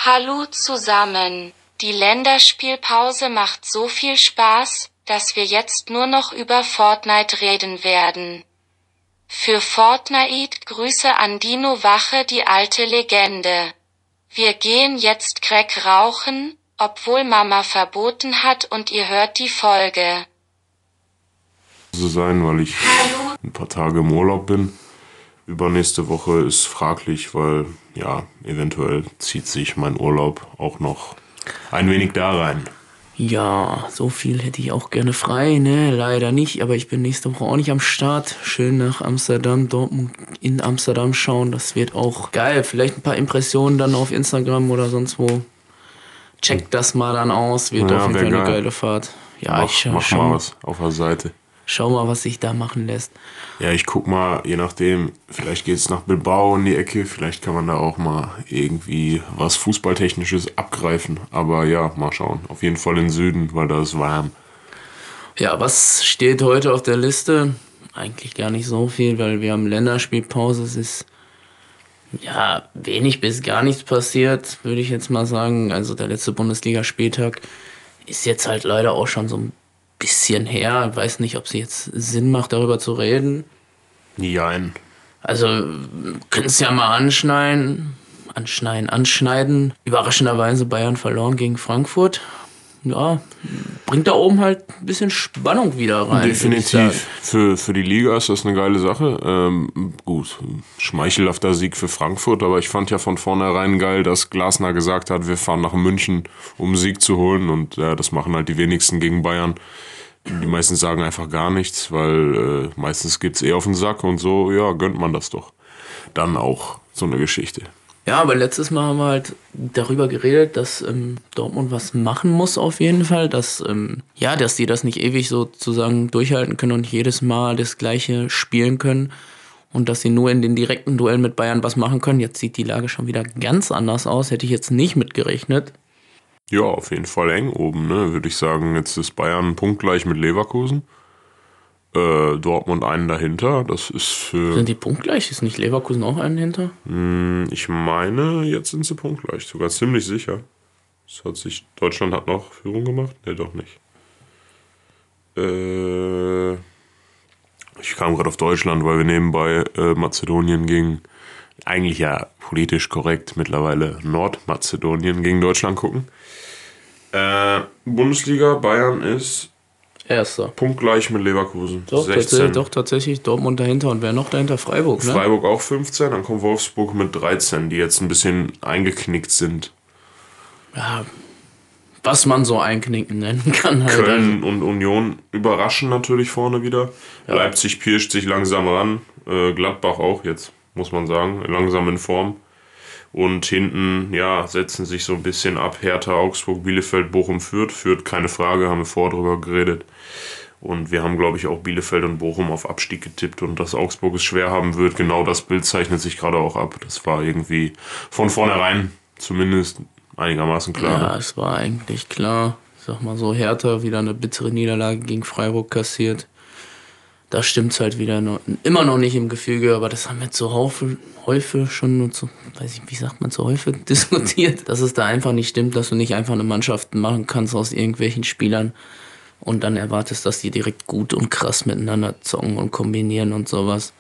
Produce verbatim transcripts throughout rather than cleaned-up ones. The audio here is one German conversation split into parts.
Hallo zusammen. Die Länderspielpause macht so viel Spaß, dass wir jetzt nur noch über Fortnite reden werden. Für Fortnite Grüße an Dino Wache, die alte Legende. Wir gehen jetzt Crack rauchen, obwohl Mama verboten hat, und ihr hört die Folge. So sein, weil ich ein paar Tage im Urlaub bin. Übernächste Woche ist fraglich, weil ja, eventuell zieht sich mein Urlaub auch noch ein wenig da rein. Ja, so viel hätte ich auch gerne frei, ne? Leider nicht, aber ich bin nächste Woche auch nicht am Start. Schön nach Amsterdam, Dortmund in Amsterdam schauen, das wird auch geil. Vielleicht ein paar Impressionen dann auf Instagram oder sonst wo. Checkt das mal dann aus, wird Ja, auf jeden wär Fall eine geil. geile Fahrt. Ja, Mach, ich scha mach schau, mal mal, was auf der Seite. schau mal, was sich da machen lässt. Ja, ich guck mal, je nachdem, vielleicht geht's nach Bilbao in die Ecke, vielleicht kann man da auch mal irgendwie was Fußballtechnisches abgreifen. Aber ja, mal schauen. Auf jeden Fall in den Süden, weil da ist warm. Ja, was steht heute auf der Liste? Eigentlich gar nicht so viel, weil wir haben Länderspielpause. Es ist ja wenig bis gar nichts passiert, würde ich jetzt mal sagen. Also der letzte Bundesligaspieltag ist jetzt halt leider auch schon so ein bisschen her. Ich weiß nicht, ob es jetzt Sinn macht, darüber zu reden. Jein. Also können es ja mal anschneiden, anschneiden, anschneiden. Überraschenderweise Bayern verloren gegen Frankfurt. Ja, bringt da oben halt ein bisschen Spannung wieder rein. würd ich sagen. Definitiv. Für, für die Liga ist das eine geile Sache. Ähm, gut, schmeichelhafter Sieg für Frankfurt, aber ich fand ja von vornherein geil, dass Glasner gesagt hat, wir fahren nach München, um einen Sieg zu holen, und ja, das machen halt die wenigsten gegen Bayern. Die meisten sagen einfach gar nichts, weil äh, meistens geht's eh auf den Sack, und so, ja, gönnt man das doch. Dann auch so eine Geschichte. Ja, aber letztes Mal haben wir halt darüber geredet, dass ähm, Dortmund was machen muss auf jeden Fall, dass ähm, ja, dass die das nicht ewig sozusagen durchhalten können und jedes Mal das Gleiche spielen können und dass sie nur in den direkten Duellen mit Bayern was machen können. Jetzt sieht die Lage schon wieder ganz anders aus, hätte ich jetzt nicht mitgerechnet. Ja, auf jeden Fall eng oben, ne, würde ich sagen. Jetzt ist Bayern punktgleich mit Leverkusen. Äh, Dortmund einen dahinter. Das ist für... Sind die punktgleich? Ist nicht Leverkusen auch einen hinter? Ich meine, jetzt sind sie punktgleich. Sogar ziemlich sicher. Das hat sich... Deutschland hat noch Führung gemacht? Ne, doch nicht. Äh, ich kam gerade auf Deutschland, weil wir nebenbei äh, Mazedonien gegen... Eigentlich ja politisch korrekt mittlerweile Nordmazedonien gegen Deutschland gucken. Äh, Bundesliga, Bayern ist Erster. punktgleich mit Leverkusen. Doch, sechzehn. tatsächlich, doch tatsächlich Dortmund dahinter und wer noch dahinter? Freiburg, ne? Freiburg auch fünfzehn, dann kommt Wolfsburg mit dreizehn, die jetzt ein bisschen eingeknickt sind. Ja, was man so einknicken nennen kann halt. Köln und Union überraschen natürlich vorne wieder. Ja. Leipzig pirscht sich langsam ran. Äh, Gladbach auch jetzt, muss man sagen, langsam in Form. Und hinten, ja, setzen sich so ein bisschen ab. Hertha, Augsburg, Bielefeld, Bochum, Fürth. Fürth, keine Frage, haben wir vorher drüber geredet. Und wir haben, glaube ich, auch Bielefeld und Bochum auf Abstieg getippt. Und dass Augsburg es schwer haben wird, genau das Bild zeichnet sich gerade auch ab. Das war irgendwie von vornherein zumindest einigermaßen klar. Ja, es war eigentlich klar. Ich sag mal so, Hertha wieder eine bittere Niederlage gegen Freiburg kassiert. Da stimmt's halt wieder noch, immer noch nicht im Gefüge, aber das haben wir zu Haufe, Häufe schon und so, weiß ich, wie sagt man, zu Häufe diskutiert, dass es da einfach nicht stimmt, dass du nicht einfach eine Mannschaft machen kannst aus irgendwelchen Spielern und dann erwartest, dass die direkt gut und krass miteinander zocken und kombinieren und sowas.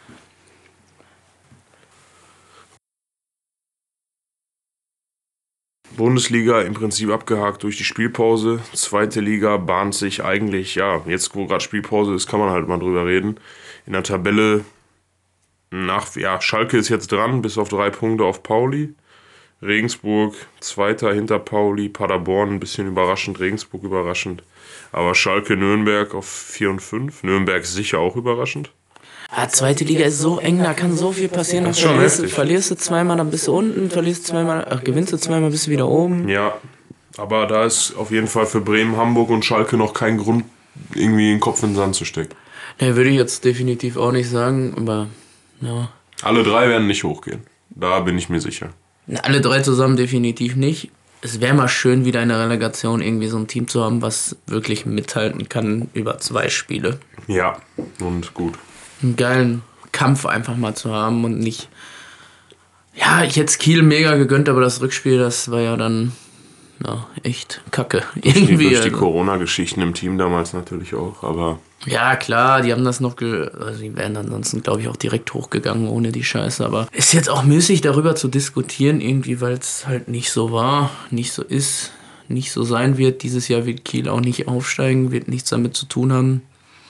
Bundesliga im Prinzip abgehakt durch die Spielpause. Zweite Liga bahnt sich eigentlich, ja, jetzt wo gerade Spielpause ist, kann man halt mal drüber reden. In der Tabelle nach, ja, Schalke ist jetzt dran, bis auf drei Punkte auf Pauli. Regensburg Zweiter hinter Pauli, Paderborn ein bisschen überraschend, Regensburg überraschend. Aber Schalke, Nürnberg auf vier und fünf. Nürnberg sicher auch überraschend. Ja, zweite Liga ist so eng, da kann so viel passieren. Dann Das ist schon verlierst, du, heftig. verlierst du zweimal, dann bist du unten, verlierst zweimal, ach, gewinnst du zweimal, bist du wieder oben. Ja, aber da ist auf jeden Fall für Bremen, Hamburg und Schalke noch kein Grund, irgendwie den Kopf in den Sand zu stecken. Ne, würde ich jetzt definitiv auch nicht sagen, aber ja. Alle drei werden nicht hochgehen. Da bin ich mir sicher. Na, alle drei zusammen definitiv nicht. Es wäre mal schön, wieder in der Relegation irgendwie so ein Team zu haben, was wirklich mithalten kann über zwei Spiele. Ja, und gut. Einen geilen Kampf einfach mal zu haben und nicht, Ja, ich hätte es Kiel mega gegönnt, aber das Rückspiel, das war ja dann ja, echt kacke. Durch die, Irgendwie. durch die Also. Corona-Geschichten im Team damals natürlich auch, aber... Ja, klar, die haben das noch, ge also die wären ansonsten, glaube ich, auch direkt hochgegangen ohne die Scheiße, aber ist jetzt auch müßig darüber zu diskutieren irgendwie, weil es halt nicht so war, nicht so ist, nicht so sein wird. Dieses Jahr wird Kiel auch nicht aufsteigen, wird nichts damit zu tun haben.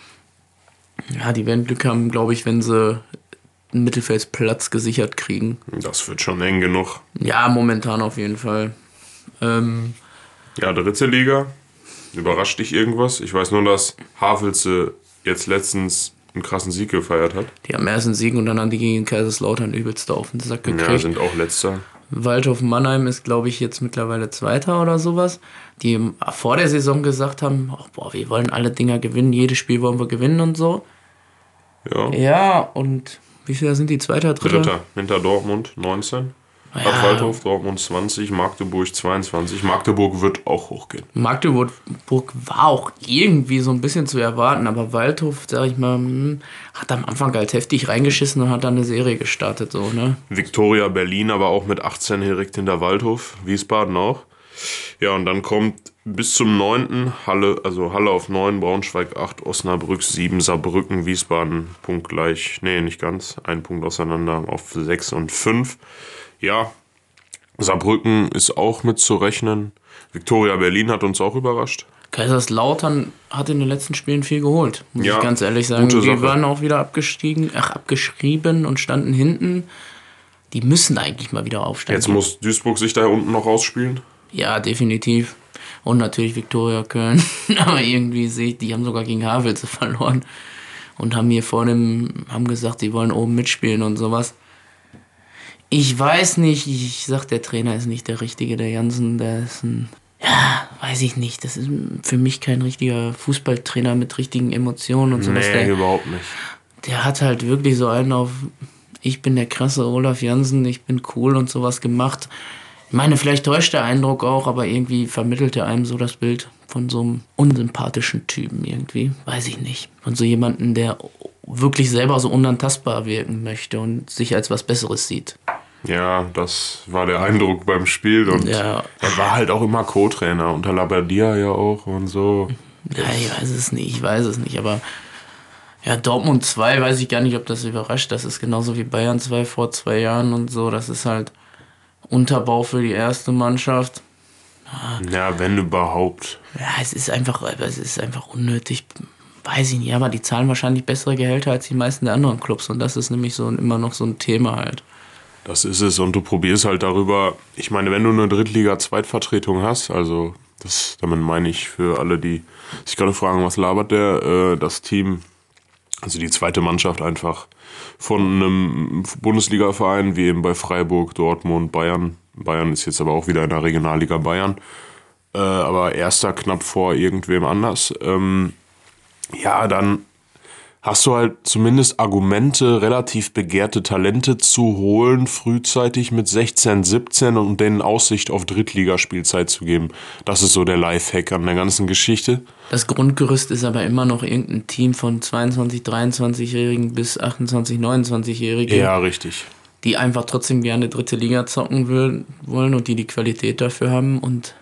Ja, die werden Glück haben, glaube ich, wenn sie einen Mittelfeldplatz gesichert kriegen. Das wird schon eng genug. Ja, momentan auf jeden Fall. Ähm, ja, dritte Liga. Überrascht dich irgendwas? Ich weiß nur, dass Havelse jetzt letztens einen krassen Sieg gefeiert hat. Die haben erst einen Sieg und dann haben die gegen Kaiserslautern übelst auf den Sack gekriegt. Ja, sind auch Letzter. Waldhof Mannheim ist, glaube ich, jetzt mittlerweile Zweiter oder sowas. Die vor der Saison gesagt haben, oh, boah, wir wollen alle Dinger gewinnen, jedes Spiel wollen wir gewinnen und so. Ja. Ja, und wie viele sind die? Zweiter, Dritter? Dritter, hinter Dortmund neunzehn. Ja. Hat Waldhof, Dortmund zwanzig, Magdeburg zweiundzwanzig. Magdeburg wird auch hochgehen. Magdeburg war auch irgendwie so ein bisschen zu erwarten, aber Waldhof, sag ich mal, hat am Anfang halt heftig reingeschissen und hat dann eine Serie gestartet, so, ne? Viktoria Berlin aber auch mit achtzehn direkt hinter Waldhof, Wiesbaden auch. Ja, und dann kommt bis zum neunten Halle, also Halle auf neun, Braunschweig acht, Osnabrück sieben, Saarbrücken, Wiesbaden punktgleich, nee, nicht ganz, ein Punkt auseinander auf sechs und fünf. Ja, Saarbrücken ist auch mit zu rechnen. Viktoria Berlin hat uns auch überrascht. Kaiserslautern hat in den letzten Spielen viel geholt, muss ja, ich ganz ehrlich sagen. Gute Die Sache. waren auch wieder abgestiegen, ach, abgeschrieben und standen hinten. Die müssen eigentlich mal wieder aufsteigen. Jetzt muss Duisburg sich da unten noch rausspielen. Ja, definitiv. Und natürlich Viktoria Köln. Aber irgendwie sehe ich, die haben sogar gegen Havelse verloren. Und haben hier vor dem, haben gesagt, sie wollen oben mitspielen und sowas. Ich weiß nicht, ich sag, der Trainer ist nicht der Richtige, der Jansen, der ist ein, ja, weiß ich nicht, das ist für mich kein richtiger Fußballtrainer mit richtigen Emotionen und sowas. Nee, der, überhaupt nicht. Der hat halt wirklich so einen auf, ich bin der krasse Olaf Jansen, ich bin cool und sowas gemacht. Ich meine, vielleicht täuscht der Eindruck auch, aber irgendwie vermittelt er einem so das Bild von so einem unsympathischen Typen irgendwie, weiß ich nicht. Von so jemandem, der wirklich selber so unantastbar wirken möchte und sich als was Besseres sieht. Ja, das war der Eindruck beim Spiel und ja. Er war halt auch immer Co-Trainer, unter Labadia ja auch und so. Ja, ich weiß es nicht, ich weiß es nicht, aber ja, Dortmund zwei, weiß ich gar nicht, ob das überrascht, das ist genauso wie Bayern zwei vor zwei Jahren und so, das ist halt Unterbau für die erste Mannschaft. Ja, wenn überhaupt. Ja, es ist einfach, es ist einfach unnötig, weiß ich nicht, aber die zahlen wahrscheinlich bessere Gehälter als die meisten der anderen Clubs und das ist nämlich so immer noch so ein Thema halt. Das ist es und du probierst halt darüber, ich meine, wenn du eine Drittliga-Zweitvertretung hast, also das, damit meine ich für alle, die sich gerade fragen, was labert der, äh, das Team, also die zweite Mannschaft einfach von einem Bundesliga-Verein, wie eben bei Freiburg, Dortmund, Bayern. Bayern ist jetzt aber auch wieder in der Regionalliga Bayern, äh, aber erster knapp vor irgendwem anders. Ähm, ja, dann hast du halt zumindest Argumente, relativ begehrte Talente zu holen, frühzeitig mit sechzehn, siebzehn und denen Aussicht auf Drittligaspielzeit zu geben. Das ist so der Lifehack an der ganzen Geschichte. Das Grundgerüst ist aber immer noch irgendein Team von zweiundzwanzig-, dreiundzwanzigjährigen bis achtundzwanzig-, neunundzwanzigjährigen. Ja, richtig. Die einfach trotzdem gerne dritte Liga zocken will, wollen und die die Qualität dafür haben und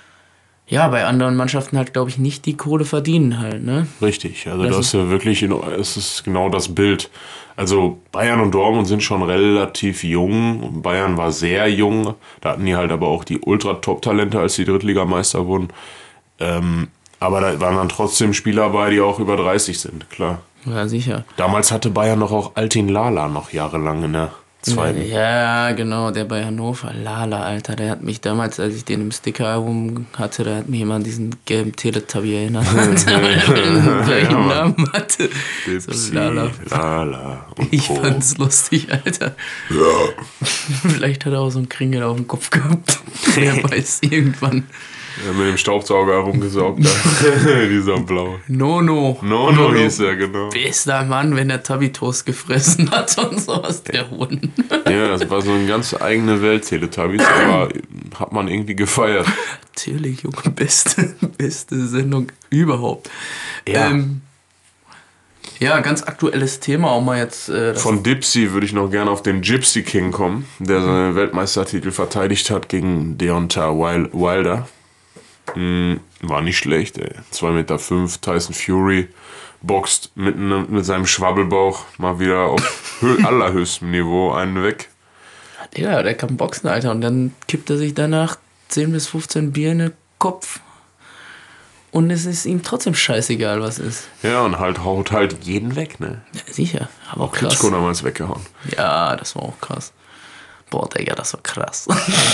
ja, bei anderen Mannschaften halt, glaube ich, nicht die Kohle verdienen halt, ne? Richtig, also das, das ist ja wirklich, es ist genau das Bild. Also Bayern und Dortmund sind schon relativ jung. Bayern war sehr jung, da hatten die halt aber auch die Ultra-Top-Talente, als die Drittligameister wurden. Ähm, aber da waren dann trotzdem Spieler bei, die auch über dreißig sind, klar. Ja, sicher. Damals hatte Bayern noch auch Altin Lala noch jahrelang in der zweiten. Ja, genau, der bei Hannover, Lala, Alter, der hat mich damals, als ich den im Sticker-Album hatte, der hat mich immer an diesen gelben Teletubby erinnert, der gleichen Namen hatte. So, Lala. Lala und Ich Co. fand's lustig, Alter. Ja. Vielleicht hat er auch so einen Kringel auf dem Kopf gehabt. Wer weiß, irgendwann. Ja, mit dem Staubsauger herumgesaugt. Dieser Blau. Nono. Nono no, hieß er, genau. Bester Mann, wenn der Tabby-Toast gefressen hat und sowas, der Hund. Ja, das war so eine ganz eigene Welt, Teletubbies, aber hat man irgendwie gefeiert. Natürlich, Junge, beste, beste Sendung überhaupt. Ja. Ähm, Ja, ganz aktuelles Thema, auch mal jetzt... Äh, Von Dipsy würde ich noch gerne auf den Gypsy King kommen, der seinen Weltmeistertitel verteidigt hat gegen Deontay Wilder. Mhm, war nicht schlecht, ey. zwei Meter fünf, Tyson Fury boxt mit, ne, mit seinem Schwabbelbauch mal wieder auf hö- allerhöchstem Niveau einen weg. Ja, der kann boxen, Alter. Und dann kippt er sich danach zehn bis fünfzehn Bier in den Kopf. Und es ist ihm trotzdem scheißegal, was ist. Ja, und halt haut halt jeden weg, ne? Ja, sicher, aber auch krass. Klitschko damals weggehauen. Ja, das war auch krass. Boah, Digga, das war krass.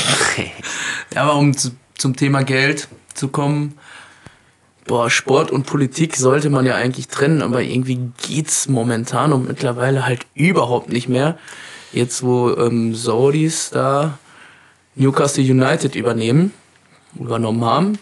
Ja, aber um zu, zum Thema Geld zu kommen, boah, Sport und Politik sollte man ja eigentlich trennen, aber irgendwie geht's momentan und mittlerweile halt überhaupt nicht mehr. Jetzt, wo ähm, Saudis da Newcastle United übernehmen, übernommen haben,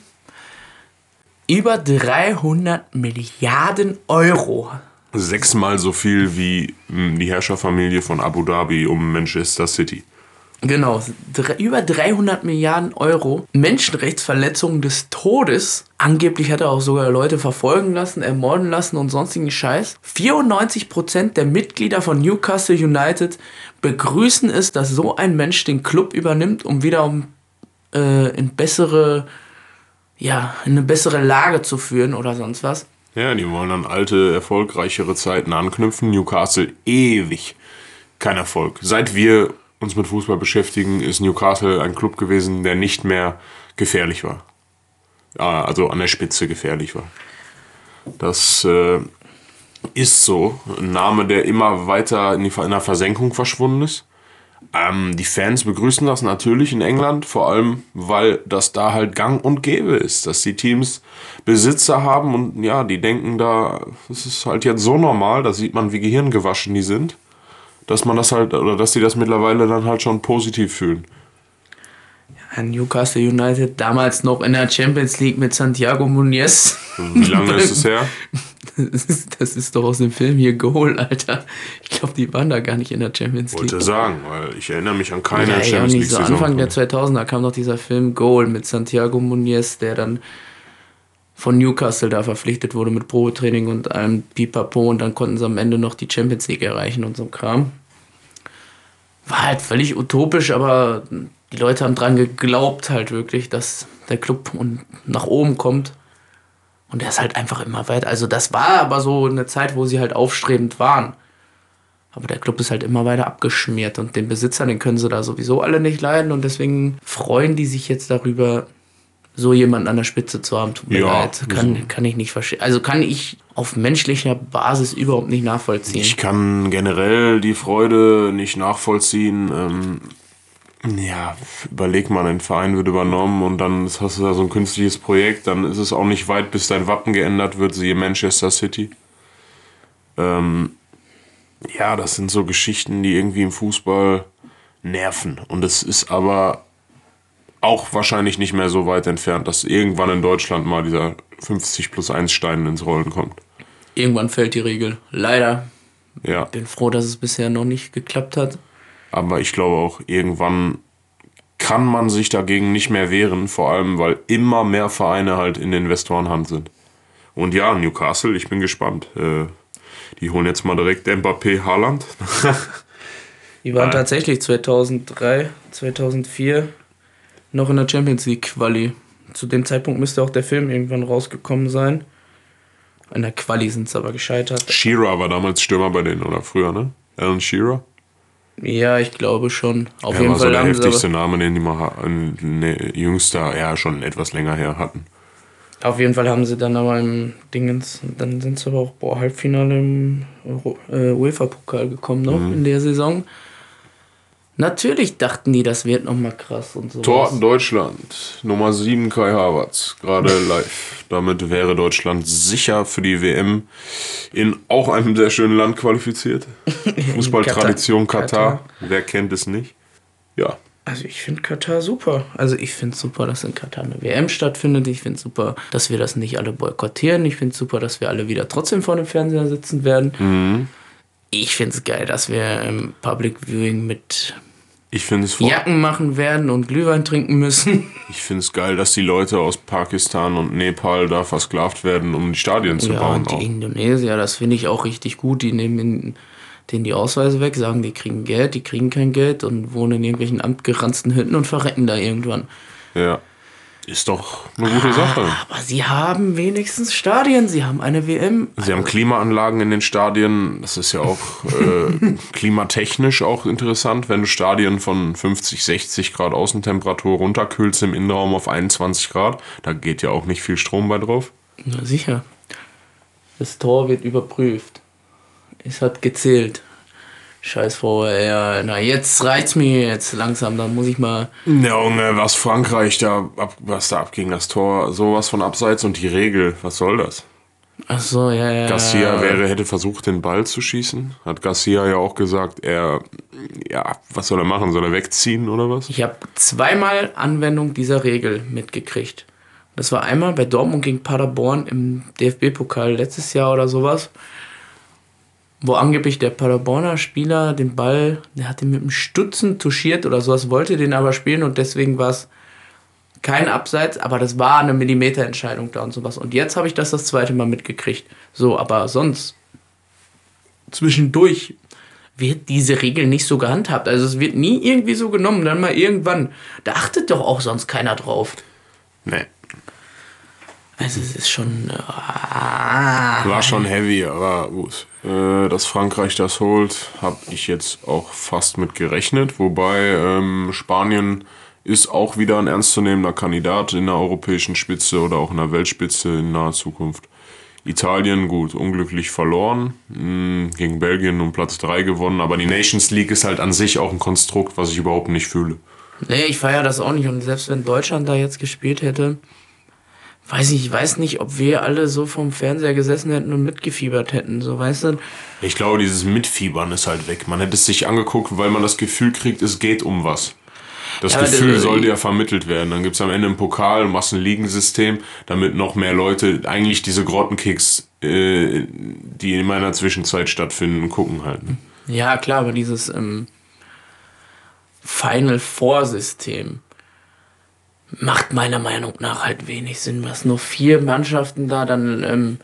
über dreihundert Milliarden Euro. Sechsmal so viel wie mh, die Herrscherfamilie von Abu Dhabi um Manchester City. Genau, dre- über dreihundert Milliarden Euro. Menschenrechtsverletzungen des Todes. Angeblich hat er auch sogar Leute verfolgen lassen, ermorden lassen und sonstigen Scheiß. vierundneunzig Prozent der Mitglieder von Newcastle United begrüßen es, dass so ein Mensch den Club übernimmt, um wieder um, äh, in bessere, ja, in eine bessere Lage zu führen oder sonst was. Ja, die wollen an alte, erfolgreichere Zeiten anknüpfen. Newcastle ewig kein Erfolg. Seit wir uns mit Fußball beschäftigen, ist Newcastle ein Club gewesen, der nicht mehr gefährlich war. Ja, also an der Spitze gefährlich war. Das äh, ist so. Ein Name, der immer weiter in, die, in der Versenkung verschwunden ist. Ähm, die Fans begrüßen das natürlich in England, vor allem, weil das da halt gang und gäbe ist, dass die Teams Besitzer haben und ja, die denken da, das ist halt jetzt so normal, da sieht man, wie gehirngewaschen die sind, dass man das halt, oder dass die das mittlerweile dann halt schon positiv fühlen. Ja, Newcastle United damals noch in der Champions League mit Santiago Muniz. Wie lange ist es her? Das ist, das ist doch aus dem Film hier Goal, Alter. Ich glaube, die waren da gar nicht in der Champions League. Wollte sagen, weil ich erinnere mich an keine ja, Champions ja, League nicht so Saison. Anfang der zweitausender kam doch dieser Film Goal mit Santiago Muniz, der dann von Newcastle da verpflichtet wurde mit Probetraining und einem Pipapo und dann konnten sie am Ende noch die Champions League erreichen und so ein Kram. War halt völlig utopisch, aber die Leute haben dran geglaubt halt wirklich, dass der Club und nach oben kommt. Und der ist halt einfach immer weiter. Also das war aber so eine Zeit, wo sie halt aufstrebend waren. Aber der Club ist halt immer weiter abgeschmiert und den Besitzer, den können sie da sowieso alle nicht leiden und deswegen freuen die sich jetzt darüber, so jemanden an der Spitze zu haben. Tut mir Ja, leid. Kann, kann ich nicht verstehen. Also kann ich auf menschlicher Basis überhaupt nicht nachvollziehen. Ich kann generell die Freude nicht nachvollziehen. Ähm, ja, überleg mal, ein Verein wird übernommen und dann hast du da so ein künstliches Projekt, dann ist es auch nicht weit, bis dein Wappen geändert wird, siehe Manchester City. Ähm, ja, das sind so Geschichten, die irgendwie im Fußball nerven. Und es ist aber auch wahrscheinlich nicht mehr so weit entfernt, dass irgendwann in Deutschland mal dieser fünfzig plus eins Stein ins Rollen kommt. Irgendwann fällt die Regel. Leider. Ja. Bin froh, dass es bisher noch nicht geklappt hat. Aber ich glaube auch, irgendwann kann man sich dagegen nicht mehr wehren, vor allem, weil immer mehr Vereine halt in Investorenhand sind. Und ja, Newcastle, ich bin gespannt. Äh, die holen jetzt mal direkt Mbappé, Haaland. Die waren Nein. tatsächlich zweitausenddrei, zweitausendvier noch in der Champions League Quali. Zu dem Zeitpunkt müsste auch der Film irgendwann rausgekommen sein. In der Quali sind sie aber gescheitert. Shearer war damals Stürmer bei denen, oder früher, ne? Alan Shearer? Ja, ich glaube schon. Auf Er jeden war so Fall der haben sie heftigste aber, Name, den die mal ha- ne, jüngster, ja, schon etwas länger her hatten. auf jeden Fall haben sie dann aber im Dingens, dann sind sie aber auch boah, Halbfinale im Euro- äh, UEFA-Pokal gekommen noch Mhm. in der Saison. Natürlich dachten die, das wird nochmal krass und so. Tor Deutschland, Nummer sieben Kai Havertz, gerade live. Damit wäre Deutschland sicher für die W M in auch einem sehr schönen Land qualifiziert. Fußballtradition Katar. Katar. Wer kennt es nicht? Ja, Also ich finde Katar super. Also ich finde es super, dass in Katar eine W M stattfindet. Ich finde es super, dass wir das nicht alle boykottieren. Ich finde es super, dass wir alle wieder trotzdem vor dem Fernseher sitzen werden. mhm. Ich finde es geil, dass wir im Public Viewing mit Ich finde es Jacken machen werden und Glühwein trinken müssen. Ich finde es geil, dass die Leute aus Pakistan und Nepal da versklavt werden, um die Stadien zu Ja, bauen. und die Auch. Indonesier, das finde ich auch richtig gut. Die nehmen in, denen die Ausweise weg, sagen, die kriegen Geld, die kriegen kein Geld und wohnen in irgendwelchen abgeranzten Hütten und verrecken da irgendwann. Ja, ist doch eine gute Sache. Aber sie haben wenigstens Stadien, sie haben eine W M. Sie haben Klimaanlagen in den Stadien. Das ist ja auch äh, klimatechnisch auch interessant, wenn du Stadien von fünfzig, sechzig Grad Außentemperatur runterkühlst im Innenraum auf einundzwanzig Grad. Da geht ja auch nicht viel Strom bei drauf. Na sicher. Das Tor wird überprüft. Es hat gezählt. Scheiß V R R. Na, jetzt reicht's mir jetzt langsam. Da muss ich mal. Ja, Junge, was Frankreich da, ab, was da abging, das Tor, sowas von abseits und die Regel, was soll das? Ach so, ja, ja. Garcia wäre, hätte versucht, den Ball zu schießen. Hat Garcia ja auch gesagt, er, ja, was soll er machen? Soll er wegziehen oder was? Ich habe zweimal Anwendung dieser Regel mitgekriegt. Das war einmal bei Dortmund gegen Paderborn im D F B-Pokal letztes Jahr oder sowas, wo angeblich der Paderborner Spieler den Ball, der hat ihn mit einem Stutzen touchiert oder sowas, wollte den aber spielen und deswegen war es kein Abseits, aber das war eine Millimeterentscheidung da und sowas. Und jetzt habe ich das das zweite Mal mitgekriegt. So, aber sonst zwischendurch wird diese Regel nicht so gehandhabt. Also es wird nie irgendwie so genommen, dann mal irgendwann. Da achtet doch auch sonst keiner drauf. Nee. Also es ist schon... Ah, War schon heavy, aber gut. Äh, dass Frankreich das holt, habe ich jetzt auch fast mit gerechnet. Wobei ähm, Spanien ist auch wieder ein ernstzunehmender Kandidat in der europäischen Spitze oder auch in der Weltspitze in naher Zukunft. Italien, gut, unglücklich verloren, mh, gegen Belgien um Platz drei gewonnen, aber die Nations League ist halt an sich auch ein Konstrukt, was ich überhaupt nicht fühle. Nee, ich feiere das auch nicht. Und selbst wenn Deutschland da jetzt gespielt hätte, weiß ich, ich weiß nicht, ob wir alle so vom Fernseher gesessen hätten und mitgefiebert hätten. So, weißt du? Ich glaube, dieses Mitfiebern ist halt weg. Man hätte es sich angeguckt, weil man das Gefühl kriegt, es geht um was. Das Ja, Gefühl das- sollte ja vermittelt werden. Dann gibt es am Ende ein Pokal, machst ein Ligensystem, damit noch mehr Leute eigentlich diese Grottenkicks, äh, die in meiner Zwischenzeit stattfinden, gucken halt. Ne? Ja, klar, aber dieses ähm, Final Four System macht meiner Meinung nach halt wenig Sinn. Was nur vier Mannschaften da dann ähm,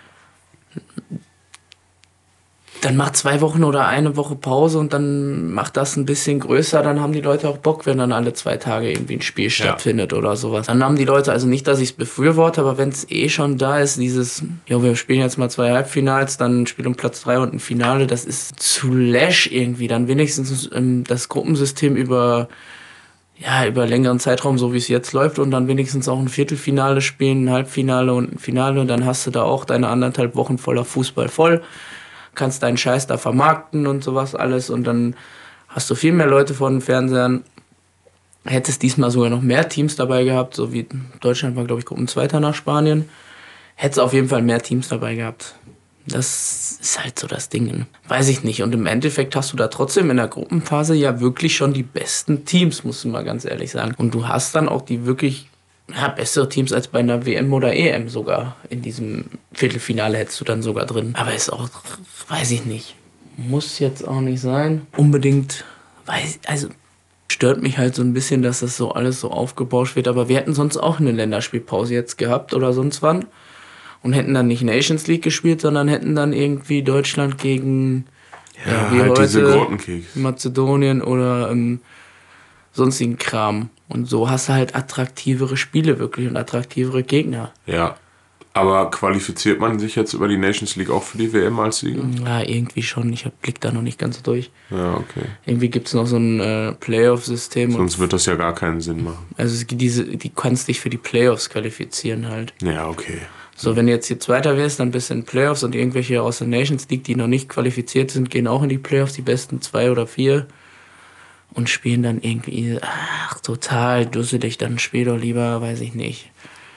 dann macht zwei Wochen oder eine Woche Pause und dann macht das ein bisschen größer, dann haben die Leute auch Bock, wenn dann alle zwei Tage irgendwie ein Spiel stattfindet oder sowas. Dann haben die Leute, also nicht, dass ich es befürworte, aber wenn es eh schon da ist, dieses, ja, wir spielen jetzt mal zwei Halbfinals, dann ein Spiel um Platz drei und ein Finale, das ist zu lash irgendwie. Dann wenigstens ähm, das Gruppensystem über ja, über längeren Zeitraum, so wie es jetzt läuft, und dann wenigstens auch ein Viertelfinale spielen, ein Halbfinale und ein Finale, und dann hast du da auch deine anderthalb Wochen voller Fußball voll, kannst deinen Scheiß da vermarkten und sowas alles, und dann hast du viel mehr Leute vor den Fernsehern. Hättest diesmal sogar noch mehr Teams dabei gehabt, so wie Deutschland war, glaube ich, Gruppenzweiter nach Spanien. Hättest auf jeden Fall mehr Teams dabei gehabt. Das ist halt so das Ding. Weiß ich nicht. Und im Endeffekt hast du da trotzdem in der Gruppenphase ja wirklich schon die besten Teams, musst du mal ganz ehrlich sagen. Und du hast dann auch die wirklich ja, bessere Teams als bei einer W M oder E M sogar. In diesem Viertelfinale hättest du dann sogar drin. Aber ist auch, weiß ich nicht. Muss jetzt auch nicht sein. Unbedingt, weiß, also stört mich halt so ein bisschen, dass das so alles so aufgebauscht wird. Aber wir hätten sonst auch eine Länderspielpause jetzt gehabt oder sonst wann. Und hätten dann nicht Nations League gespielt, sondern hätten dann irgendwie Deutschland gegen Ja, ja, wie halt heute diese Grottenkeks. Mazedonien oder ähm, sonstigen Kram. Und so hast du halt attraktivere Spiele wirklich und attraktivere Gegner. Ja, aber qualifiziert man sich jetzt über die Nations League auch für die W M als Sieger? Ja, irgendwie schon. Ich hab Blick da noch nicht ganz so durch. Ja, okay. Irgendwie gibt es noch so ein äh, Playoff-System. Sonst wird das ja gar keinen Sinn machen. Also es gibt diese, die kannst dich für die Playoffs qualifizieren halt. Ja, okay. So, wenn du jetzt hier Zweiter wirst, dann bist du in Playoffs, und irgendwelche aus der Nations League, die noch nicht qualifiziert sind, gehen auch in die Playoffs, die besten zwei oder vier, und spielen dann irgendwie, ach, total dusselig, dann spiel doch lieber, weiß ich nicht.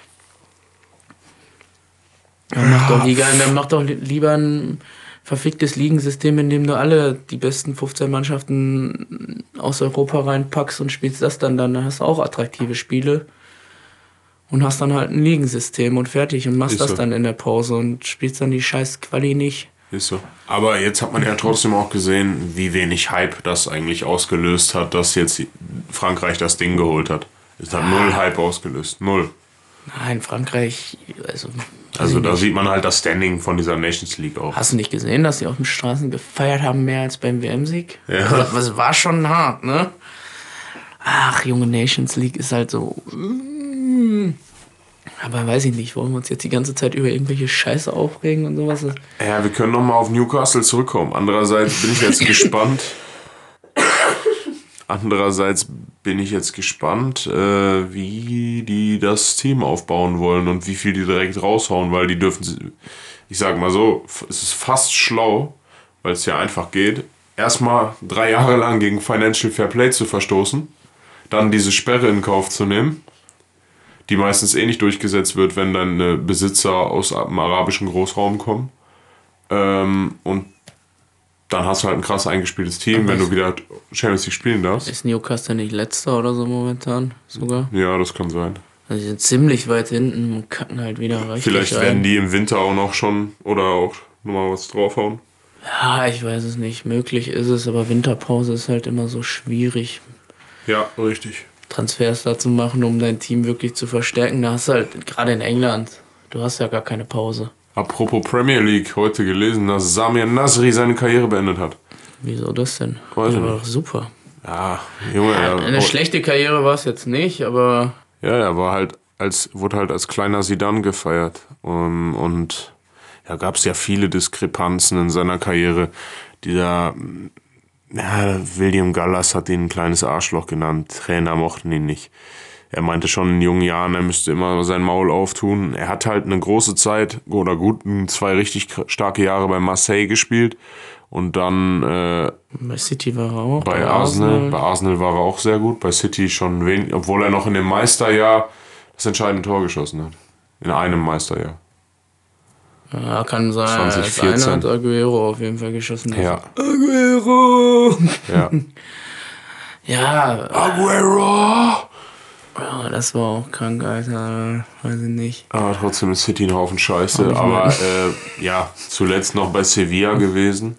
Dann mach doch, Liga, dann mach doch li- lieber ein verficktes Ligensystem, in dem du alle die besten fünfzehn Mannschaften aus Europa reinpackst und spielst das dann, dann hast du auch attraktive Spiele. Und hast dann halt ein Ligensystem und fertig und machst Ist das so. dann in der Pause und spielst dann die scheiß Quali nicht. Ist so. Aber jetzt hat man ja trotzdem auch gesehen, wie wenig Hype das eigentlich ausgelöst hat, dass jetzt Frankreich das Ding geholt hat. Es hat null Hype ausgelöst. Null. Nein, Frankreich, also... Also da sieht man halt das Standing von dieser Nations League auch. Hast du nicht gesehen, dass die auf den Straßen gefeiert haben, mehr als beim W M-Sieg? Ja. Das war schon hart, ne? Ach, junge, Nations League ist halt so... Mm. Aber weiß ich nicht, wollen wir uns jetzt die ganze Zeit über irgendwelche Scheiße aufregen und sowas? Ja, wir können nochmal auf Newcastle zurückkommen. Andererseits bin ich jetzt gespannt... Andererseits bin ich jetzt gespannt, äh, wie die das Team aufbauen wollen und wie viel die direkt raushauen, weil die dürfen, ich sag mal so, es ist fast schlau, weil es ja einfach geht, erstmal drei Jahre lang gegen Financial Fair Play zu verstoßen, dann diese Sperre in Kauf zu nehmen, die meistens eh nicht durchgesetzt wird, wenn dann äh, Besitzer aus dem arabischen Großraum kommen, ähm, und dann hast du halt ein krass eingespieltes Team, aber wenn du wieder Champions League spielen darfst. Ist Newcastle nicht letzter oder so momentan sogar? Ja, das kann sein. Also die sind ziemlich weit hinten und kacken halt wieder richtig Vielleicht rein. werden die im Winter auch noch schon oder auch nochmal was draufhauen. Ja, ich weiß es nicht. Möglich ist es, aber Winterpause ist halt immer so schwierig. Ja, richtig. Transfers da zu machen, um dein Team wirklich zu verstärken. Da hast du halt, gerade in England, du hast ja gar keine Pause. Apropos Premier League, heute gelesen, dass Samir Nasri seine Karriere beendet hat. Wieso das denn? Weiß Das ich war nicht. doch super. Ja, Junge, ja. Eine schlechte Karriere war es jetzt nicht, aber Ja, er war halt als, wurde halt als kleiner Zidane gefeiert. Um, und da gab es ja viele Diskrepanzen in seiner Karriere. Dieser, ja, William Gallas hat ihn ein kleines Arschloch genannt. Trainer mochten ihn nicht. Er meinte schon in jungen Jahren, er müsste immer sein Maul auftun. Er hat halt eine große Zeit oder gut zwei richtig starke Jahre bei Marseille gespielt. Und dann äh, bei City war er auch. bei Arsenal. Bei Arsenal war er auch sehr gut. Bei City schon wenig, obwohl er noch in dem Meisterjahr das entscheidende Tor geschossen hat. In einem Meisterjahr. Ja, kann sein. zwanzig vierzehn. Das eine hat Aguero auf jeden Fall geschossen. Ja. Aguero! Ja. Ja, Aguero! ja, das war auch krank, Alter. Weiß ich nicht. Aber trotzdem ist City ein Haufen Scheiße. Aber äh, ja, zuletzt noch bei Sevilla gewesen.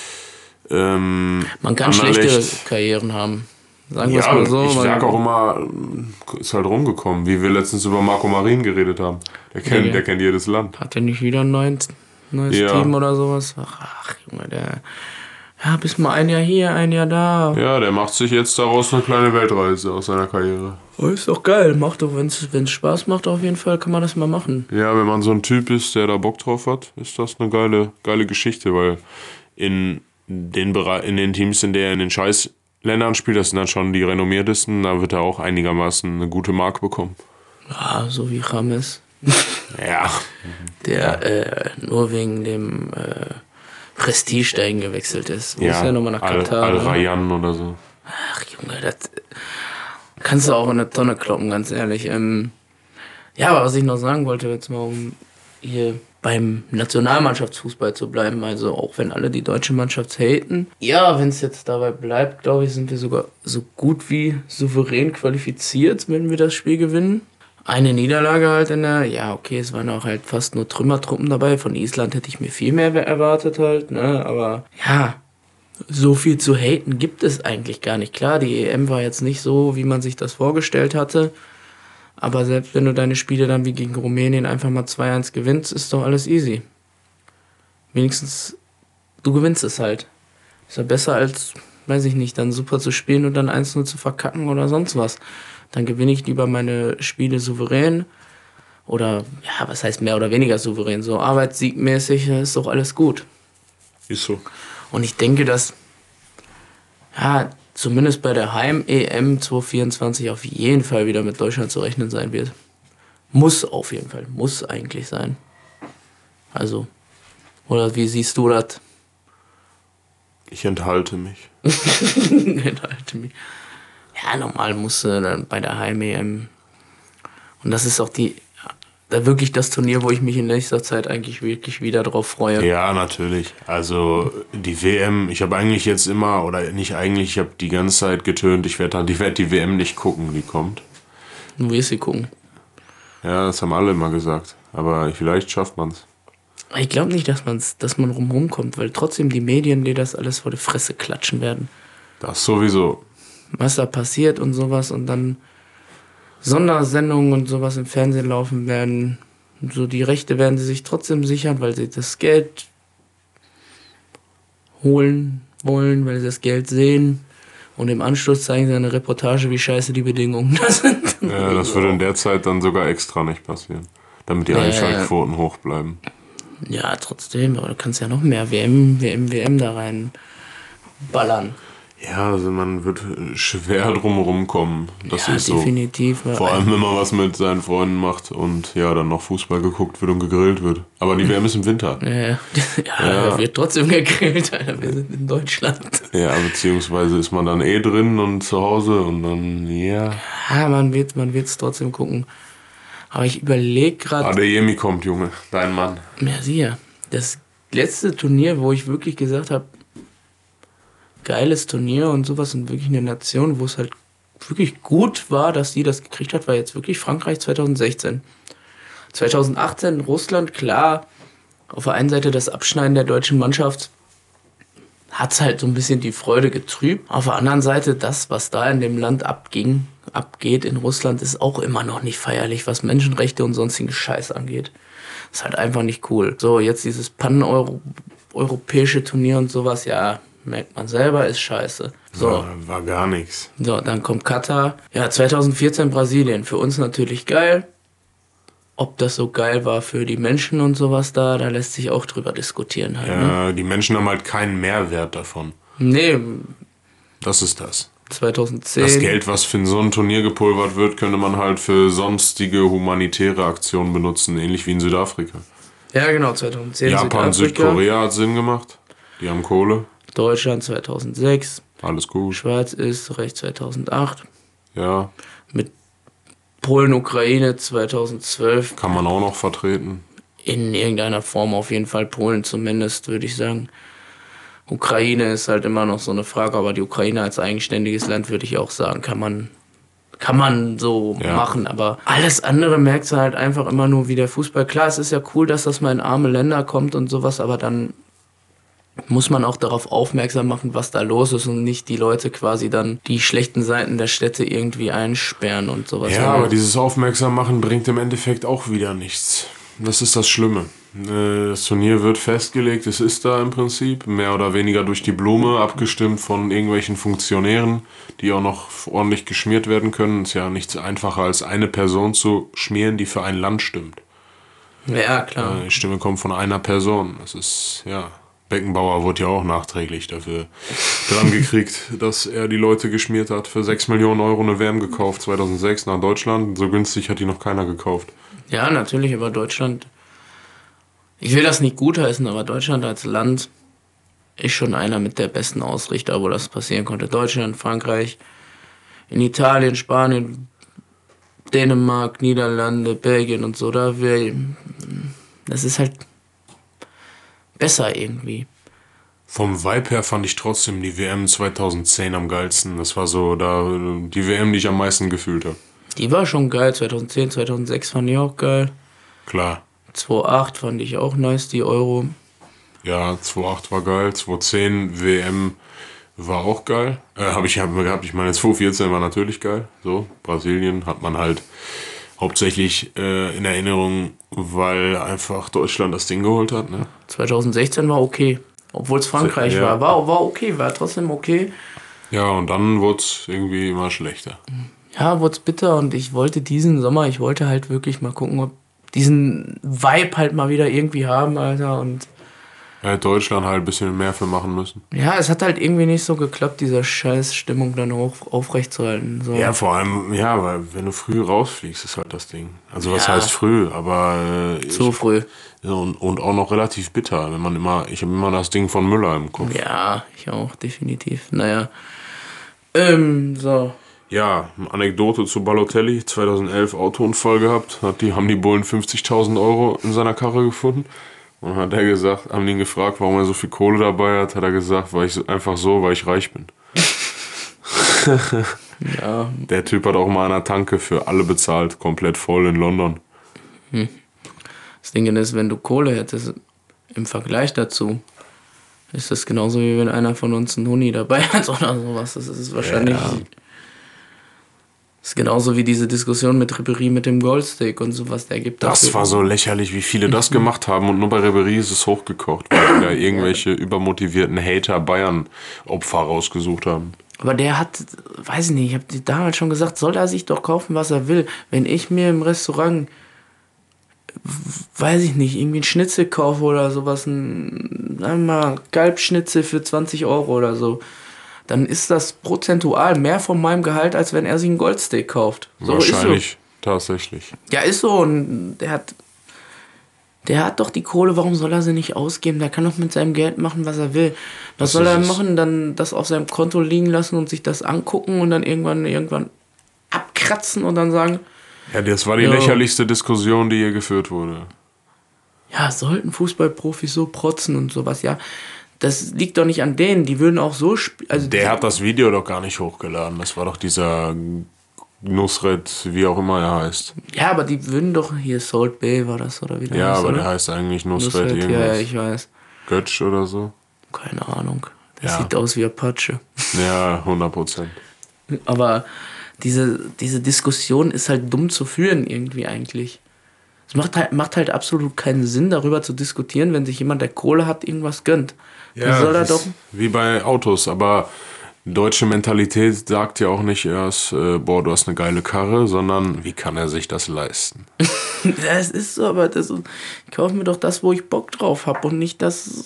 Ähm, Man kann Anderlecht. schlechte Karrieren haben. Sagen wir es Ja, mal so. ich weil- sag auch immer, ist halt rumgekommen, wie wir letztens über Marco Marin geredet haben. Der kennt, Ja. der kennt jedes Land. Hat er nicht wieder ein neues, neues Ja. Team oder sowas? Ach, ach, Junge, der... Ja, bist mal ein Jahr hier, ein Jahr da. Ja, der macht sich jetzt daraus eine kleine Weltreise aus seiner Karriere. Oh, ist doch geil. Macht doch, wenn es Spaß macht, auf jeden Fall kann man das mal machen. Ja, wenn man so ein Typ ist, der da Bock drauf hat, ist das eine geile, geile Geschichte, weil in den, Bere- in den Teams, in der er in den Scheißländern spielt, das sind dann schon die renommiertesten, da wird er auch einigermaßen eine gute Mark bekommen. Ja, so wie James, Ja. der äh, nur wegen dem äh, Prestige dahin gewechselt ist. Wo ist Ja, er nochmal nach Al, Katar? Al ne? Rayyan oder so. Ach Junge, das kannst du auch in eine Tonne kloppen, ganz ehrlich. Ähm, ja, aber was ich noch sagen wollte, jetzt mal um hier beim Nationalmannschaftsfußball zu bleiben, also auch wenn alle die deutsche Mannschaft haten. Ja, wenn es jetzt dabei bleibt, glaube ich, sind wir sogar so gut wie souverän qualifiziert, wenn wir das Spiel gewinnen. Eine Niederlage halt in der, ja okay, es waren auch halt fast nur Trümmertruppen dabei. Von Island hätte ich mir viel mehr erwartet halt, ne, aber ja, so viel zu haten gibt es eigentlich gar nicht. Klar, die E M war jetzt nicht so, wie man sich das vorgestellt hatte. Aber selbst wenn du deine Spiele dann wie gegen Rumänien einfach mal zwei eins gewinnst, ist doch alles easy. Wenigstens, du gewinnst es halt. Ist ja besser als, weiß ich nicht, dann super zu spielen und dann eins null zu verkacken oder sonst was. Dann gewinne ich lieber meine Spiele souverän. Oder, ja, was heißt mehr oder weniger souverän? So arbeitssiegmäßig ist doch alles gut. Ist so. Und ich denke, dass, ja, zumindest bei der Heim-E M zwanzig vierundzwanzig auf jeden Fall wieder mit Deutschland zu rechnen sein wird. Muss auf jeden Fall, muss eigentlich sein. Also, oder wie siehst du das? Ich enthalte mich. Enthalte mich. Ja, normal musst du dann bei der Heim-E M. Und das ist auch die, da wirklich das Turnier, wo ich mich in nächster Zeit eigentlich wirklich wieder drauf freue. Ja, natürlich. Also die W M, ich habe eigentlich jetzt immer, oder nicht eigentlich, ich habe die ganze Zeit getönt, ich werde ich werd die W M nicht gucken, die kommt. Du wirst sie gucken. Ja, das haben alle immer gesagt. Aber vielleicht schafft man's. Ich glaube nicht, dass, man's, dass man rumrum kommt, weil trotzdem die Medien dir das alles vor die Fresse klatschen werden. Das sowieso. Was da passiert und sowas und dann Sondersendungen und sowas im Fernsehen laufen werden. So die Rechte werden sie sich trotzdem sichern, weil sie das Geld holen wollen, weil sie das Geld sehen. Und im Anschluss zeigen sie eine Reportage, wie scheiße die Bedingungen da sind. Ja, das würde in der Zeit dann sogar extra nicht passieren. Damit die Ja, Einschaltquoten hoch bleiben. Ja, trotzdem, aber du kannst ja noch mehr W M, W M, W M da rein ballern. Ja, also man wird schwer drumherum kommen. Das Ja, ist so. definitiv. weil Vor allem, wenn man was mit seinen Freunden macht und ja, dann noch Fußball geguckt wird und gegrillt wird. Aber die W M ist im Winter. Ja, ja. ja, Ja. wird trotzdem gegrillt, Alter. Wir sind in Deutschland. Ja, beziehungsweise ist man dann eh drin und zu Hause und dann, ja. Ja, man wird man wird's trotzdem gucken. Aber ich überlege gerade. Adeyemi kommt, Junge. Dein Mann. Ja, sicher. Das letzte Turnier, wo ich wirklich gesagt habe, geiles Turnier und sowas und wirklich eine Nation, wo es halt wirklich gut war, dass die das gekriegt hat, war jetzt wirklich Frankreich zwanzig sechzehn. zwanzig achtzehn Russland, klar, auf der einen Seite das Abschneiden der deutschen Mannschaft hat halt so ein bisschen die Freude getrübt. Auf der anderen Seite, das, was da in dem Land abging, abgeht in Russland, ist auch immer noch nicht feierlich, was Menschenrechte und sonstigen Scheiß angeht. Ist halt einfach nicht cool. So, jetzt dieses pan-europäische Turnier und sowas, ja, merkt man selber, ist scheiße. So, War, war gar nichts. so, dann kommt Katar. Ja, zwanzig vierzehn Brasilien. Für uns natürlich geil. Ob das so geil war für die Menschen und sowas da, da lässt sich auch drüber diskutieren halt. Ne? Ja, die Menschen haben halt keinen Mehrwert davon. Nee, Das ist das. zwanzig zehn. Das Geld, was für so ein Turnier gepulvert wird, könnte man halt für sonstige humanitäre Aktionen benutzen, ähnlich wie in Südafrika. Ja, genau, zwanzig zehn. Japan, Südafrika. Südkorea hat Sinn gemacht. Die haben Kohle. Deutschland zwanzig sechs. Alles gut. Schweiz, Österreich zwanzig acht. Ja, Mit Polen, Ukraine zwanzig zwölf. kann man auch noch vertreten. In irgendeiner Form auf jeden Fall. Polen zumindest, würde ich sagen. Ukraine ist halt immer noch so eine Frage, aber die Ukraine als eigenständiges Land, würde ich auch sagen, kann man, kann man so Ja. machen. Aber alles andere merkst du halt einfach immer nur wie der Fußball. Klar, es ist ja cool, dass das mal in arme Länder kommt und sowas, aber dann muss man auch darauf aufmerksam machen, was da los ist und nicht die Leute quasi dann die schlechten Seiten der Städte irgendwie einsperren und sowas. Ja, aber dieses Aufmerksam machen bringt im Endeffekt auch wieder nichts. Das ist das Schlimme. Äh, Das Turnier wird festgelegt, es ist da im Prinzip, mehr oder weniger durch die Blume, abgestimmt von irgendwelchen Funktionären, die auch noch ordentlich geschmiert werden können. Ist ja nichts einfacher als eine Person zu schmieren, die für ein Land stimmt. Ja, klar. Die Stimme kommt von einer Person. Das ist, ja... Beckenbauer wurde ja auch nachträglich dafür dran gekriegt, dass er die Leute geschmiert hat. Für sechs Millionen Euro eine W M gekauft, zweitausendsechs nach Deutschland. So günstig hat die noch keiner gekauft. Ja, natürlich, aber Deutschland, ich will das nicht gutheißen, aber Deutschland als Land ist schon einer mit der besten Ausrichter, wo das passieren konnte. Deutschland, Frankreich, in Italien, Spanien, Dänemark, Niederlande, Belgien und so, da will, das ist halt besser irgendwie. Vom Vibe her fand ich trotzdem die W M zweitausendzehn am geilsten. Das war so da die W M, die ich am meisten gefühlt habe. Die war schon geil, zwanzig zehn, zweitausendsechs fand ich auch geil. Klar. zweitausendacht fand ich auch nice, die Euro. Ja, zweitausendacht war geil. zweitausendzehn W M war auch geil. Äh, habe ich hab, gehabt, ich meine, zweitausendvierzehn war natürlich geil. So, Brasilien hat man halt hauptsächlich äh, in Erinnerung, weil einfach Deutschland das Ding geholt hat, ne? zweitausendsechzehn war okay. Obwohl es Frankreich Ja. war. war. War okay, war trotzdem okay. Ja, und dann wurde es irgendwie immer schlechter. Ja, wurde bitter und ich wollte diesen Sommer, ich wollte halt wirklich mal gucken, ob diesen Vibe halt mal wieder irgendwie haben, Alter. Und Da hätte Deutschland halt ein bisschen mehr für machen müssen. ja, es hat halt irgendwie nicht so geklappt, diese scheiß Stimmung dann hoch aufrechtzuerhalten. So. Ja, vor allem, ja, weil wenn du früh rausfliegst, ist halt das Ding. Also was Ja. heißt früh, aber äh, Zu ich, früh. ja, und, und auch noch relativ bitter, wenn man immer, ich habe immer das Ding von Müller im Kopf. Ja, ich auch, definitiv. Naja. Ähm, so. Ja, eine Anekdote zu Balotelli, zweitausendelf Autounfall gehabt, hat die, haben die Bullen fünfzigtausend Euro in seiner Karre gefunden. Und hat er gesagt, haben ihn gefragt, warum er so viel Kohle dabei hat, hat er gesagt, weil ich so- einfach so, weil ich reich bin. Ja, Der Typ hat auch mal an der Tanke für alle bezahlt, komplett voll in London. Das Ding ist, wenn du Kohle hättest, im Vergleich dazu, ist das genauso wie wenn einer von uns einen Huni dabei hat oder sowas. Das ist wahrscheinlich... Ja. Das ist genauso wie diese Diskussion mit Ribéry mit dem Goldsteak und sowas, der gibt Das dafür. war so lächerlich, wie viele das gemacht haben und nur bei Ribéry ist es hochgekocht, weil die da irgendwelche übermotivierten Hater-Bayern-Opfer rausgesucht haben. Aber der hat, weiß ich nicht, ich habe damals schon gesagt, soll er sich doch kaufen, was er will. Wenn ich mir im Restaurant, weiß ich nicht, irgendwie ein Schnitzel kaufe oder sowas, ein, sagen wir mal, Kalbschnitzel für zwanzig Euro oder so, dann ist das prozentual mehr von meinem Gehalt, als wenn er sich ein Goldsteak kauft. So Wahrscheinlich, ist so. tatsächlich. Ja, ist so. Und der hat, der hat doch die Kohle, warum soll er sie nicht ausgeben? Der kann doch mit seinem Geld machen, was er will. Was Das soll er ist es. machen? Dann das auf seinem Konto liegen lassen und sich das angucken und dann irgendwann, irgendwann abkratzen und dann sagen, Ja, das war die Ja. lächerlichste Diskussion, die hier geführt wurde. ja, sollten Fußballprofis so protzen und sowas, ja. Das liegt doch nicht an denen, die würden auch so spielen. Also Der hat das Video doch gar nicht hochgeladen. Das war doch dieser Nusret, wie auch immer er heißt. ja, aber die würden doch, hier Salt Bay war das oder wie der Ja, heißt, aber oder? der heißt eigentlich Nusret Nusret, ja, irgendwas. ja, ich weiß. Götsch oder so. Keine Ahnung. Der Ja. sieht aus wie Apache. Ja, hundert Prozent. Aber diese, diese Diskussion ist halt dumm zu führen irgendwie eigentlich. Es macht halt, macht halt absolut keinen Sinn, darüber zu diskutieren, wenn sich jemand, der Kohle hat, irgendwas gönnt. Dann soll er das doch... ist wie bei Autos, aber deutsche Mentalität sagt ja auch nicht erst, äh, boah, du hast eine geile Karre, sondern wie kann er sich das leisten? Ja, es ist so, aber das, ich kaufe mir doch das, wo ich Bock drauf habe und nicht das,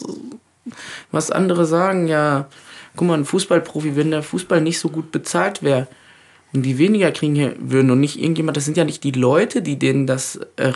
was andere sagen. Ja, guck mal, ein Fußballprofi, wenn der Fußball nicht so gut bezahlt wäre und die weniger kriegen hier würden und nicht irgendjemand, das sind ja nicht die Leute, die denen das, äh,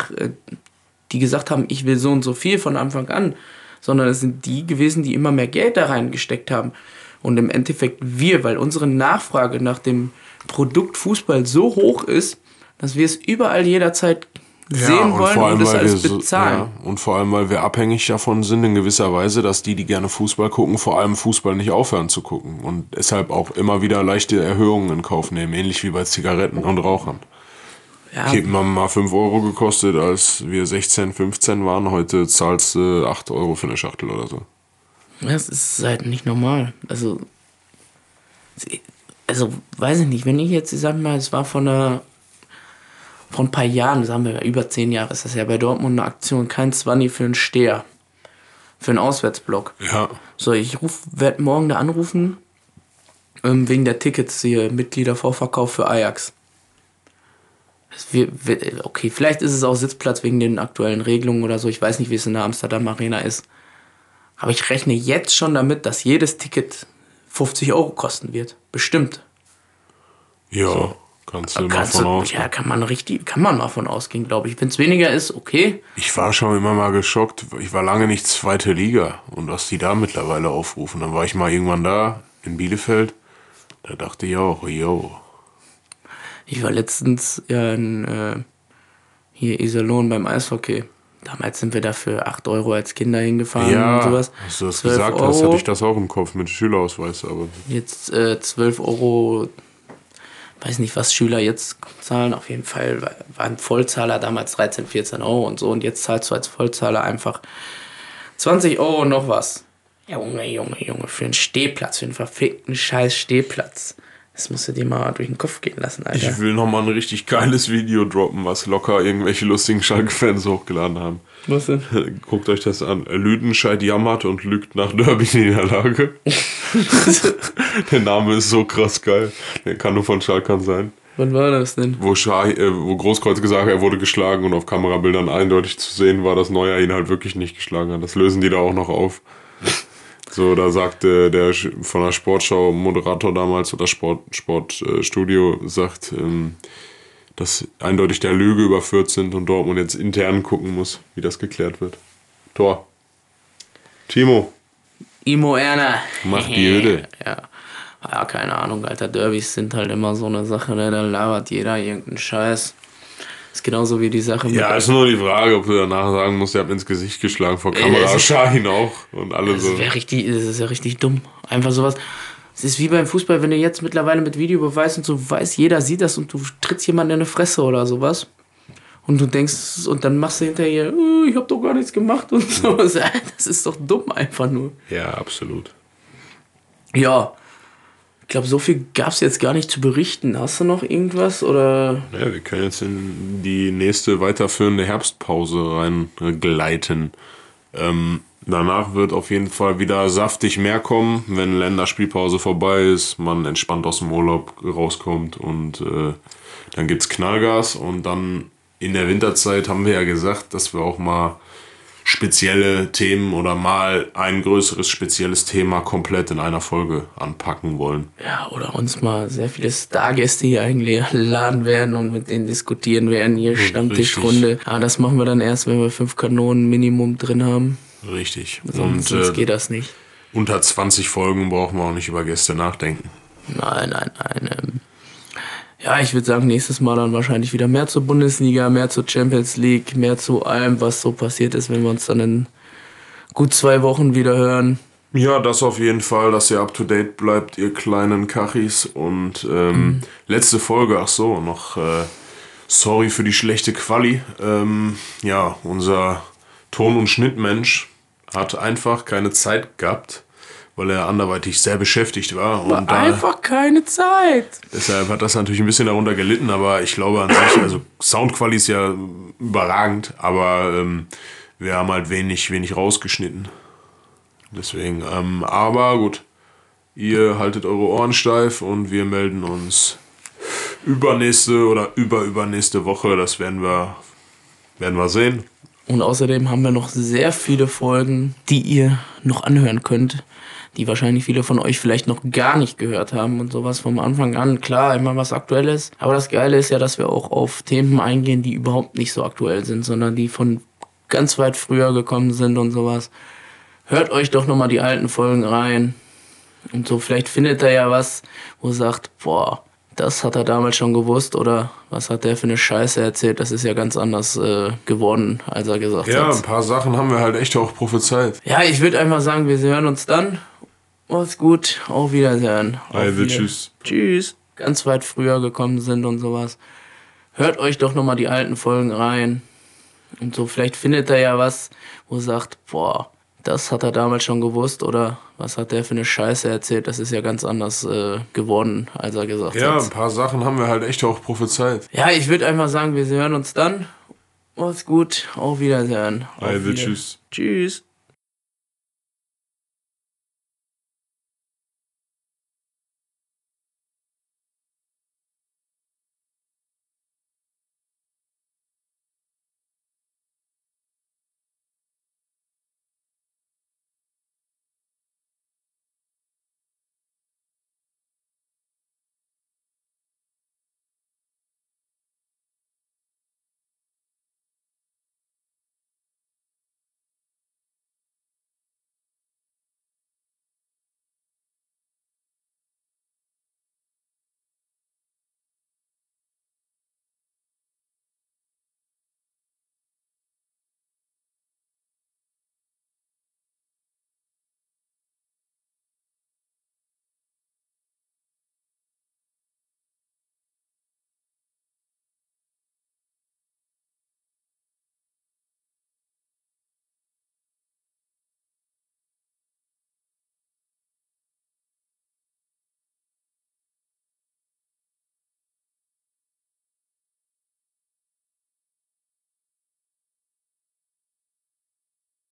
die gesagt haben, ich will so und so viel von Anfang an, sondern es sind die gewesen, die immer mehr Geld da reingesteckt haben. Und im Endeffekt wir, weil unsere Nachfrage nach dem Produkt Fußball so hoch ist, dass wir es überall jederzeit sehen wollen und das weil alles wir so- bezahlen. ja, und vor allem, weil wir abhängig davon sind in gewisser Weise, dass die, die gerne Fußball gucken, vor allem Fußball nicht aufhören zu gucken und deshalb auch immer wieder leichte Erhöhungen in Kauf nehmen, ähnlich wie bei Zigaretten und Rauchern. Ja, Die haben mal fünf Euro gekostet, als wir sechzehn, fünfzehn waren. Heute zahlst du acht Euro für eine Schachtel oder so. das ist halt nicht normal. Also, also weiß ich nicht, wenn ich jetzt, ich sag mal, es war von einer, vor ein paar Jahren, sagen wir über zehn Jahre, ist das ja bei Dortmund eine Aktion, kein Zwanni für einen Steher, für einen Auswärtsblock. Ja. So, ich werde morgen da anrufen, ähm, wegen der Tickets hier, Mitgliedervorverkauf für Ajax. Es wir, wir, okay, vielleicht ist es auch Sitzplatz wegen den aktuellen Regelungen oder so. Ich weiß nicht, wie es in der Amsterdam Arena ist. Aber ich rechne jetzt schon damit, dass jedes Ticket fünfzig Euro kosten wird. Bestimmt. Ja, kannst du mal Kannst von du, ausgehen. ja, kann man richtig, kann man mal von ausgehen, glaube ich. Wenn es weniger ist, okay. Ich war schon immer mal geschockt. Ich war lange nicht zweite Liga. Und was die da mittlerweile aufrufen. Dann war ich mal irgendwann da in Bielefeld. Da dachte ich auch, yo. Ich war letztens ja in äh, hier Iserlohn beim Eishockey. Damals sind wir da für acht Euro als Kinder hingefahren Ja, und sowas. als du das zwölf gesagt hast, Euro. hatte ich das auch im Kopf mit Schülerausweis. Aber Jetzt äh, zwölf Euro, weiß nicht, was Schüler jetzt zahlen. Auf jeden Fall war- waren Vollzahler damals dreizehn, vierzehn Euro und so. Und jetzt zahlst du als Vollzahler einfach zwanzig Euro und noch was. Junge, Junge, Junge, für einen Stehplatz, für einen verfickten scheiß Stehplatz. Das musst du dir mal durch den Kopf gehen lassen, Alter. ich will nochmal ein richtig geiles Video droppen, was locker irgendwelche lustigen Schalke-Fans hochgeladen haben. Was denn? Guckt euch das an. Lüdenscheid jammert und lügt nach Derby-Niederlage. Der Name ist so krass geil. Der kann nur von Schalkern sein. Wann war das denn? Wo, Schei, äh, wo Großkreuz gesagt hat, er wurde geschlagen und auf Kamerabildern eindeutig zu sehen war, dass Neuer ihn halt wirklich nicht geschlagen hat. Das lösen die da auch noch auf. So, da sagte der Sch- von der Sportschau Moderator damals oder Sport, Sportstudio sagt, ähm, dass eindeutig der Lüge überführt sind und Dortmund jetzt intern gucken muss, wie das geklärt wird. Tor. Timo. Imo Erna. Mach die Hütte. Ja. Ja, keine Ahnung, Alter. Derbys sind halt immer so eine Sache, ne? Da labert jeder irgendeinen Scheiß. Ist genauso wie die Sache mit. Ja, ist nur die Frage, ob du danach sagen musst, ihr habt ins Gesicht geschlagen vor Äh, Kamera. es ist- Schein auch und alle Das so. wäre richtig, das ist ja richtig dumm. Einfach sowas. Es ist wie beim Fußball, wenn du jetzt mittlerweile mit Videobeweis und so weißt, jeder sieht das und du trittst jemanden in die Fresse oder sowas. Und du denkst, und dann machst du hinterher, oh, ich hab doch gar nichts gemacht und so. Das ist doch dumm einfach nur. Ja, absolut. Ja, ich glaube, so viel gab es jetzt gar nicht zu berichten. Hast du noch irgendwas? Oder? Ja, wir können jetzt in die nächste weiterführende Herbstpause reingleiten. Ähm, danach wird auf jeden Fall wieder saftig mehr kommen, wenn Länderspielpause vorbei ist, man entspannt aus dem Urlaub rauskommt und äh, dann gibt's Knallgas. Und dann in der Winterzeit haben wir ja gesagt, dass wir auch mal spezielle Themen oder mal ein größeres spezielles Thema komplett in einer Folge anpacken wollen. Ja, oder uns mal sehr viele Stargäste hier eingeladen werden und mit denen diskutieren werden, hier Stammtischrunde. Aber das machen wir dann erst, wenn wir fünf Kanonen Minimum drin haben. Richtig. Sonst, und sonst äh, geht das nicht. Unter zwanzig Folgen brauchen wir auch nicht über Gäste nachdenken. Nein, nein, nein. Ähm, ja, ich würde sagen, nächstes Mal dann wahrscheinlich wieder mehr zur Bundesliga, mehr zur Champions League, mehr zu allem, was so passiert ist, wenn wir uns dann in gut zwei Wochen wieder hören. Ja, das auf jeden Fall, dass ihr up to date bleibt, ihr kleinen Kachis. Und ähm, mhm. letzte Folge, ach so, noch äh, sorry für die schlechte Quali. Ähm, ja, unser Ton- und Schnittmensch hat einfach keine Zeit gehabt, weil er anderweitig sehr beschäftigt war. Und da einfach keine Zeit. Deshalb hat das natürlich ein bisschen darunter gelitten, aber ich glaube an sich, also Soundquali ist ja überragend, aber ähm, wir haben halt wenig, wenig rausgeschnitten. Deswegen, ähm, aber gut, ihr haltet eure Ohren steif und wir melden uns übernächste oder überübernächste Woche, das werden wir, werden wir sehen. Und außerdem haben wir noch sehr viele Folgen, die ihr noch anhören könnt, die wahrscheinlich viele von euch vielleicht noch gar nicht gehört haben und sowas vom Anfang an. Klar, immer was Aktuelles. Aber das Geile ist ja, dass wir auch auf Themen eingehen, die überhaupt nicht so aktuell sind, sondern die von ganz weit früher gekommen sind und sowas. Hört euch doch nochmal die alten Folgen rein. Und so, vielleicht findet ihr ja was, wo ihr sagt, boah, das hat er damals schon gewusst, oder was hat der für eine Scheiße erzählt? Das ist ja ganz anders äh, geworden, als er gesagt ja, hat. Ja, ein paar Sachen haben wir halt echt auch prophezeit. Ja, ich würde einfach sagen, wir hören uns dann. Macht's gut, auf Wiedersehen. Also, tschüss. Tschüss. Ganz weit früher gekommen sind und sowas. Hört euch doch nochmal die alten Folgen rein. Und so, vielleicht findet ihr ja was, wo ihr sagt, boah, das hat er damals schon gewusst, oder was hat der für eine Scheiße erzählt? Das ist ja ganz anders äh, geworden, als er gesagt ja, hat. Ja, ein paar Sachen haben wir halt echt auch prophezeit. Ja, ich würde einfach sagen, wir hören uns dann. Macht's gut, auf Wiedersehen. Auf Also, Wiedersehen. tschüss. Tschüss.